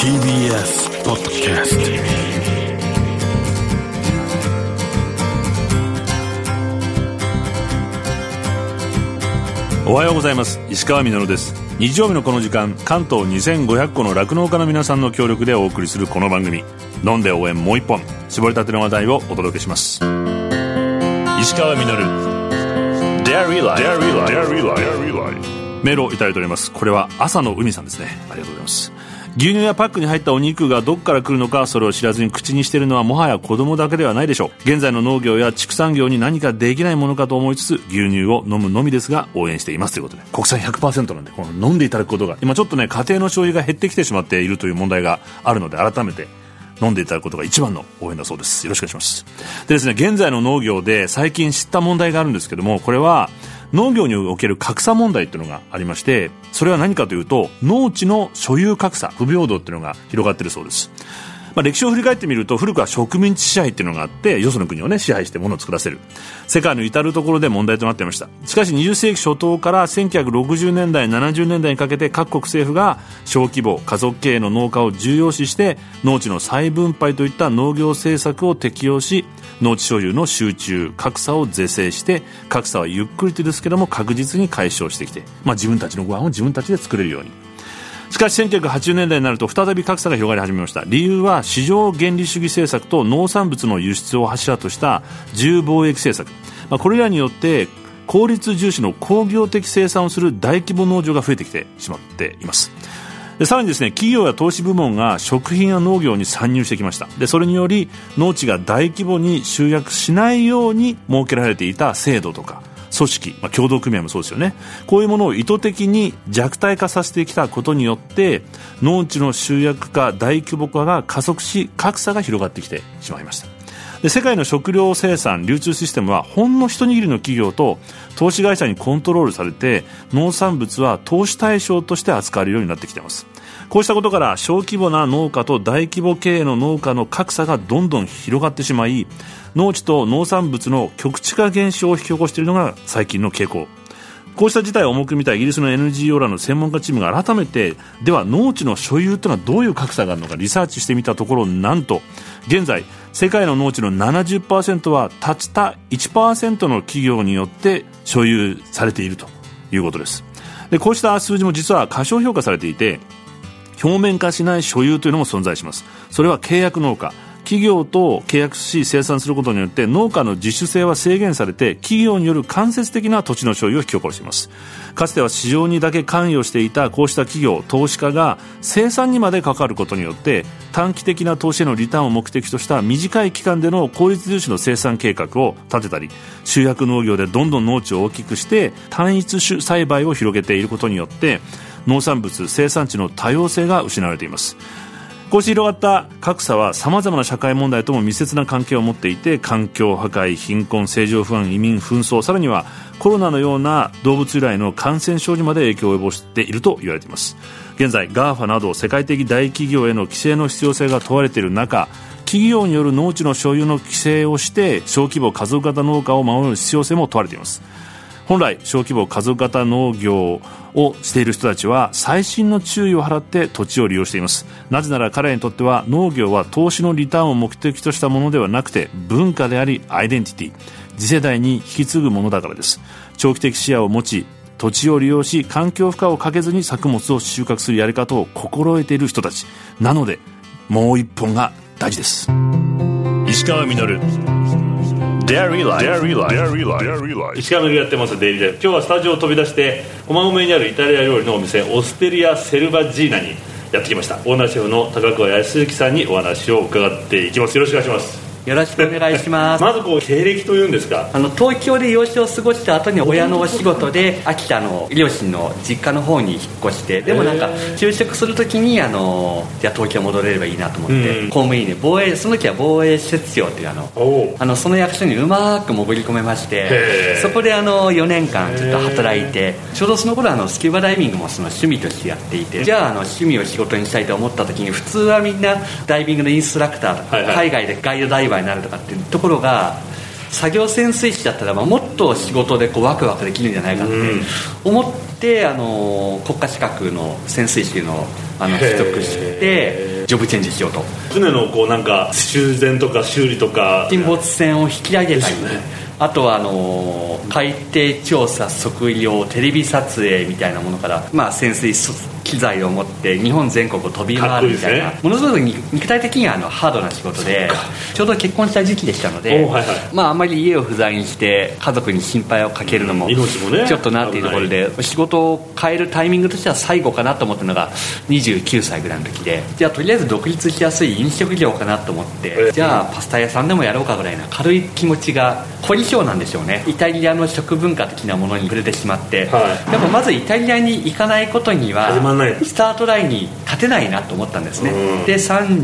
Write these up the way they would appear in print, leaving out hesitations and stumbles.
TBS ポッドキャスト。おはようございます。石川みのるです。日曜日のこの時間、関東2500個の酪農家の皆さんの協力でお送りするこの番組、飲んで応援もう一本、絞りたての話題をお届けします。石川みのる Dairy Life。 メールをいただいております。これは朝の海さんですね。ありがとうございます。牛乳やパックに入ったお肉がどこから来るのか、それを知らずに口にしているのはもはや子供だけではないでしょう。現在の農業や畜産業に何かできないものかと思いつつ、牛乳を飲むのみですが応援していますということで、国産 100% なんで、この飲んでいただくことが今ちょっとね、家庭の消費が減ってきてしまっているという問題があるので、改めて飲んでいただくことが一番の応援だそうです。よろしくお願いします。でですね、現在の農業で最近知った問題があるんですけども、これは農業における格差問題っていうのがありまして、それは何かというと、農地の所有格差、不平等っていうのが広がっているそうです。歴史を振り返ってみると、古くは植民地支配っていうのがあって、よその国をね、支配して物を作らせる、世界の至るところで問題となっていました。しかし20世紀初頭から1960年代70年代にかけて、各国政府が小規模家族経営の農家を重要視して農地の再分配といった農業政策を適用し、農地所有の集中格差を是正して、格差はゆっくりとですけども確実に解消してきて、自分たちのご飯を自分たちで作れるように。しかし1980年代になると再び格差が広がり始めました。理由は市場原理主義政策と農産物の輸出を柱とした自由貿易政策、これらによって効率重視の工業的生産をする大規模農場が増えてきてしまっています。でさらにですね、企業や投資部門が食品や農業に参入してきました。でそれにより農地が大規模に集約しないように設けられていた制度とか組織、協同組合もそうですよね。こういうものを意図的に弱体化させてきたことによって、農地の集約化、大規模化が加速し、格差が広がってきてしまいました。で世界の食料生産流通システムはほんの一握りの企業と投資会社にコントロールされて、農産物は投資対象として扱われるようになってきています。こうしたことから小規模な農家と大規模経営の農家の格差がどんどん広がってしまい、農地と農産物の極地化現象を引き起こしているのが最近の傾向。こうした事態を重く見たイギリスの NGO らの専門家チームが改めて、では農地の所有というのはどういう格差があるのかリサーチしてみたところ、なんと現在世界の農地の 70% はたった 1% の企業によって所有されているということです。でこうした数字も実は過小評価されていて、表面化しない所有というのも存在します。それは契約農家、企業と契約し生産することによって農家の自主性は制限されて、企業による間接的な土地の所有を引き起こしています。かつては市場にだけ関与していたこうした企業、投資家が生産にまで関わることによって、短期的な投資へのリターンを目的とした短い期間での効率重視の生産計画を立てたり、集約農業でどんどん農地を大きくして単一種栽培を広げていることによって、農産物生産地の多様性が失われています。こうして広がった格差は様々な社会問題とも密接な関係を持っていて、環境破壊、貧困、政情不安、移民紛争、さらにはコロナのような動物由来の感染症にまで影響を及ぼしていると言われています。現在 GAFA など世界的大企業への規制の必要性が問われている中、企業による農地の所有の規制をして小規模家族型農家を守る必要性も問われています。本来小規模家族型農業をしている人たちは細心の注意を払って土地を利用しています。なぜなら彼らにとっては農業は投資のリターンを目的としたものではなくて、文化でありアイデンティティ、次世代に引き継ぐものだからです。長期的視野を持ち、土地を利用し環境負荷をかけずに作物を収穫するやり方を心得ている人たちなので、もう一本が大事です。石川みのるDairy Life。 石川みのるやってますデイリーライフ。今日はスタジオを飛び出して駒込にあるイタリア料理のお店オステリアセルバジーナにやってきました。オーナーシェフの高桑康之さんにお話を伺っていきます。よろしくお願いします。 よろしくお願いしますまず経歴というんですか。 東京で幼少を過ごした後に親のお仕事で秋田の両親の実家の方に引っ越して、でも就職する時にじゃあ東京戻れればいいなと思って、公務員でその時は防衛施設長っていうその役所にうまく潜り込めまして、そこで4年間ちょっと働いて、ちょうどその頃スキューバダイビングもその趣味としてやっていて、じゃあ趣味を仕事にしたいと思った時に、普通はみんなダイビングのインストラクターとか、海外でガイドダイバーになるとかっていうところが、作業潜水士だったらもっと仕事でワクワクできるんじゃないかって思って、国家資格の潜水士の取得して、 ジョブチェンジしようと。 船のこうなんか修繕とか修理とか沈没船を引き上げたり、あとは海底調査測量テレビ撮影みたいなものから、潜水機材を持って日本全国を飛び回るみたいな、ものすごく肉体的にはハードな仕事で、ちょうど結婚した時期でしたので、あんまり家を不在にして家族に心配をかけるのもちょっとなっていうところで、仕事を変えるタイミングとしては最後かなと思ったのが29歳ぐらいの時で、じゃあとりあえず独立しやすい飲食業かなと思って、じゃあパスタ屋さんでもやろうかぐらいな軽い気持ちが、凝り性なんでしょうね。イタリアの食文化的なものに触れてしまって、でもまずイタリアに行かないことにはスタートラインに立てないなと思ったんですね。で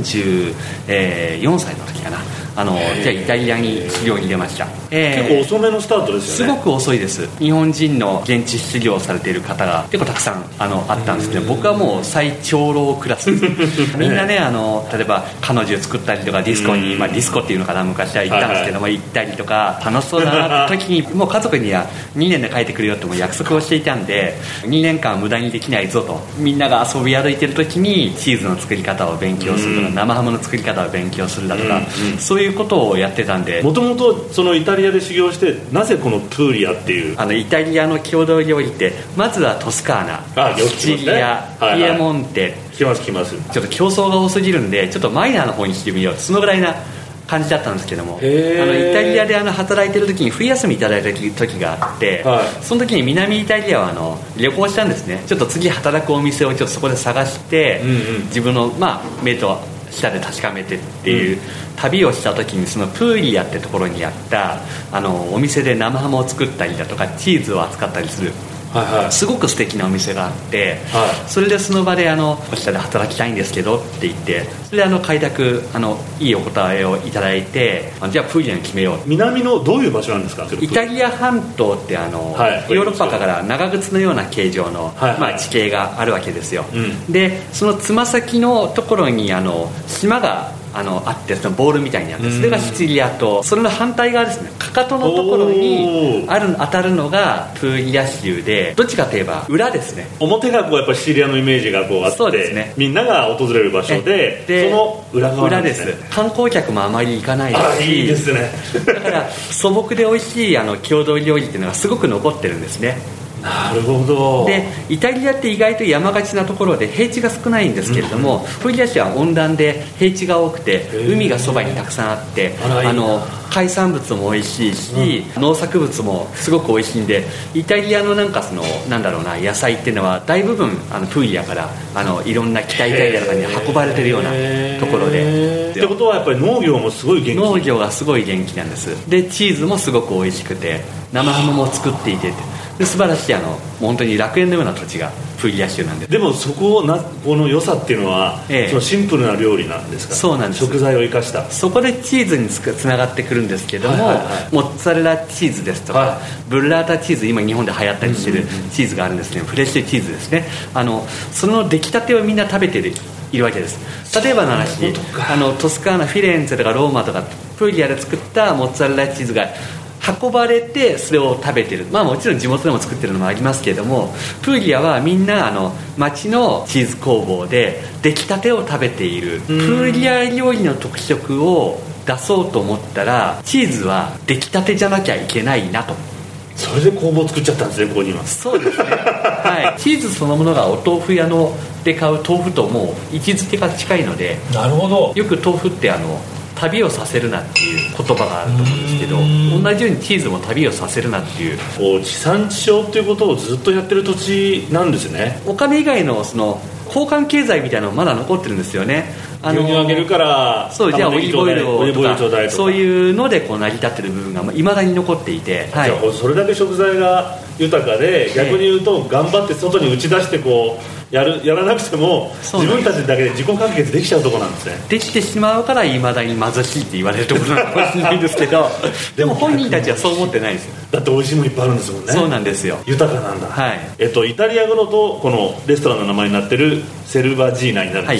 34歳の時かな、じゃあイタリアに修行に出ました。 結構遅めのスタートですよね。 すごく遅いです。日本人の現地修行されている方が結構たくさんあったんですけど、僕はもう最長老クラスですみんなね、例えば彼女作ったりとかディスコに、ディスコっていうのかな、昔は行ったんですけども、行ったりとか楽しそうだな時にもう家族には2年で帰ってくるよっても約束をしていたんで、2年間無駄にできないぞと、みんなが遊び歩いてる時にチーズの作り方を勉強するとか、生ハムの作り方を勉強するだとか、そういうことをやってたんで、 もともとそのイタリアで修行して、なぜこのプーリアっていうイタリアの郷土料理って、まずはトスカーナ、シチリア、ピエモンテ、 来ますちょっと競争が多すぎるんでちょっとマイナーの方にしてみよう、そのぐらいな感じだったんですけども、イタリアで働いてる時に冬休みいただいた時があって、その時に南イタリアは旅行したんですね。ちょっと次働くお店をちょっとそこで探して、自分の目と舌で確かめてっていう旅をした時に、そのプーリアってところにあったお店で生ハムを作ったりだとかチーズを扱ったりする、すごく素敵なお店があって、それでその場でこちらで働きたいんですけどって言って、それで開拓いいお答えをいただいて、じゃあプーリアに決めよう。 南のどういう場所なんですか？ イタリア半島ってヨーロッパから長靴のような形状の、地形があるわけですよ、でそのつま先のところに島があって、そのボールみたいにあって、それがシチリア島、それの反対側ですね、かかとのところに当たるのがプーリア州で、どっちかといえば裏ですね。 表がやっぱりシチリアのイメージがあって、そうですね、みんなが訪れる場所で、その裏側なんですね。 裏です。観光客もあまり行かないですし、 いいですねだから素朴で美味しい郷土料理っていうのがすごく残ってるんですね。 なるほど。 でイタリアって意外と山がちなところで平地が少ないんですけれども、プーリア州は温暖で平地が多くて、海がそばにたくさんあって、海産物も美味しいし、農作物もすごく美味しいんで、イタリアの野菜っていうのは大部分プーリアからいろんな北イタリアとかに運ばれてるようなところで、 ってことはやっぱり農業もすごい元気。 農業がすごい元気なんです。でチーズもすごく美味しくて、生ハムも作っていて、で素晴らしい本当に楽園のような土地がプーリア州なんで。 でもそこの良さっていうのは、そのシンプルな料理なんですか？ そうなんです。 食材を生かした。 そこでチーズにつながってくるんですけども、モッツァレラチーズですとか、ブッラータチーズ、今日本で流行ったりしてるチーズがあるんですね。フレッシュチーズですね。その出来たてをみんな食べているわけです。例えばの話、トスカーナ、フィレンツェとかローマとかプーリアで作ったモッツァレラチーズが運ばれて、それを食べてる、もちろん地元でも作ってるのもありますけれども、プーリアはみんな町のチーズ工房で出来たてを食べている。プーリア料理の特色を出そうと思ったら、チーズは出来たてじゃなきゃいけないなと。 それで工房作っちゃったんですね、ここには。 そうですねチーズそのものがお豆腐屋で買う豆腐ともう位置づけが近いので。 なるほど。 よく豆腐って旅をさせるなっていう言葉があると思うんですけど、同じようにチーズも旅をさせるなっていう、 地産地消っていうことをずっとやってる土地なんですね。 お金以外の交換経済みたいなのまだ残ってるんですよね。 牛乳あげるからそう、じゃあオリーブオイルをとか、 ちょうだいとか、 そういうので成り立ってる部分がいまだに残っていて、 じゃあそれだけ食材が豊かで、逆に言うと頑張って外に打ち出してやらなくても自分たちだけで自己完結できちゃうところなんですね。 できてしまうからいまだに貧しいって言われるところなのかもしれないんですけどでも本人たちはそう思ってないですよ。 だって美味しいものいっぱいあるんですもんね。 そうなんですよ。 豊かなんだ。イタリア語のとこのレストランの名前になってるセルバジーナになるんですか？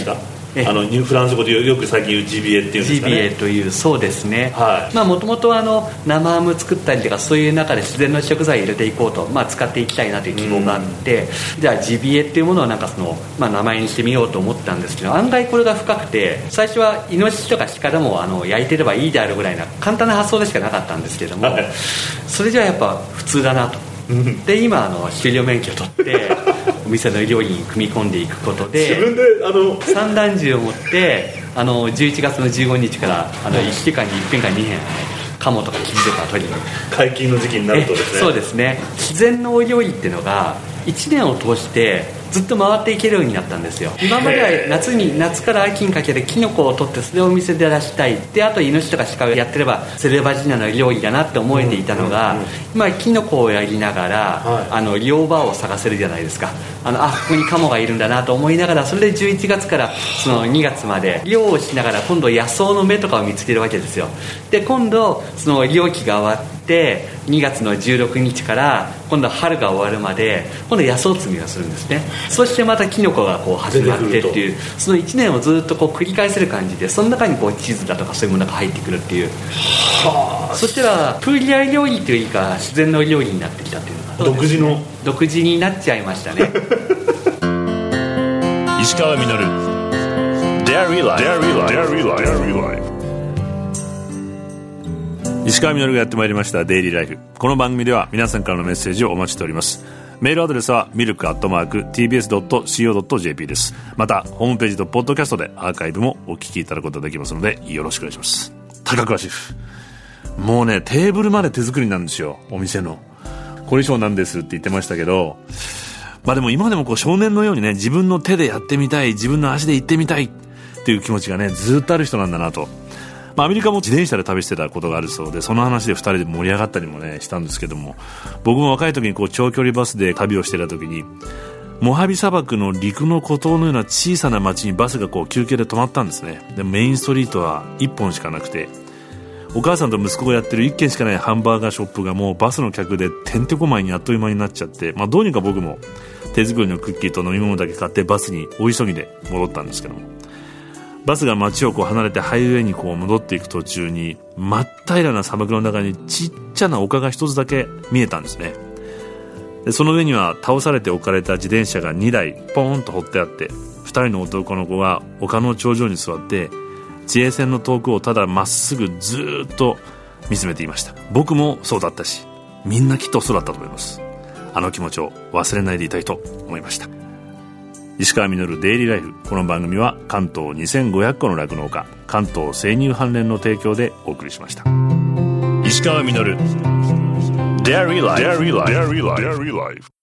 フランス語でよく最近言うジビエっていうんですかね。 ジビエという、そうですね、 はい。 もともと生ハム作ったりとかそういう中で自然の食材を入れていこうと、使っていきたいなという希望があって、じゃあジビエっていうものをなんか名前にしてみようと思ったんですけど、案外これが深くて、最初はイノシシとかシカでも焼いてればいいであるぐらいな簡単な発想でしかなかったんですけども、はい、それじゃあやっぱ普通だなと。で今修了免許を取ってお店の料理に組み込んでいくことで、 自分で散弾銃を持って11月の15日から1週間に1遍か2遍カモとかキジとか取りに解禁の時期になるとですね。 そうですね。自然のお料理っていうのが1年を通してずっと回っていけるようになったんですよ。今までは夏から秋にかけてキノコを取ってそれをお店で出したいで、あとイノシシとかシカをやってればセルバジーナの料理だなって思えていたのが、今キノコをやりながら、漁場を探せるじゃないですか。ここにカモがいるんだなと思いながら、それで11月からその2月まで漁をしながら今度野草の芽とかを見つけるわけですよ。で今度その漁期が終わって2月の16日から今度春が終わるまで今度野草摘みをするんですね。そしてまたキノコが始まってっていう、その1年をずっと繰り返せる感じで、その中にチーズだとかそういうものが入ってくるっていう。そしたらプーリア料理というか自然の料理になってきたっていうのが独自になっちゃいましたね。 石川稔 Dairy Life。石川稔がやってまいりましたデイリーライフ。この番組では皆さんからのメッセージをお待ちしております。メールアドレスは milk@tbs.co.jp です。またホームページとポッドキャストでアーカイブもお聞きいただくことができますのでよろしくお願いします。高桑シェフ、もうねテーブルまで手作りなんですよ。お店の凝り性なんですって言ってましたけど、でも今でも少年のようにね、自分の手でやってみたい、自分の足で行ってみたいっていう気持ちがねずっとある人なんだなと。アメリカも自転車で旅してたことがあるそうで、その話で2人で盛り上がったりもねしたんですけども、僕も若い時に長距離バスで旅をしてた時にモハビ砂漠の陸の孤島のような小さな町にバスが休憩で止まったんですね。でメインストリートは1本しかなくて、お母さんと息子がやってる1軒しかないハンバーガーショップがもうバスの客でてんてこまいにあっという間になっちゃって、どうにか僕も手作りのクッキーと飲み物だけ買ってバスに大急ぎで戻ったんですけども、バスが街を離れてハイウェイに戻っていく途中に真っ平らな砂漠の中にちっちゃな丘が一つだけ見えたんですね。でその上には倒されて置かれた自転車が2台ポーンと放ってあって、2人の男の子が丘の頂上に座って地平線の遠くをただまっすぐずっと見つめていました。僕もそうだったし、みんなきっとそうだったと思います。あの気持ちを忘れないでいたいと思いました。石川稔デイリーライフ。この番組は関東2500個の酪農家、関東生乳関連の提供でお送りしました。石川稔 Dairy Life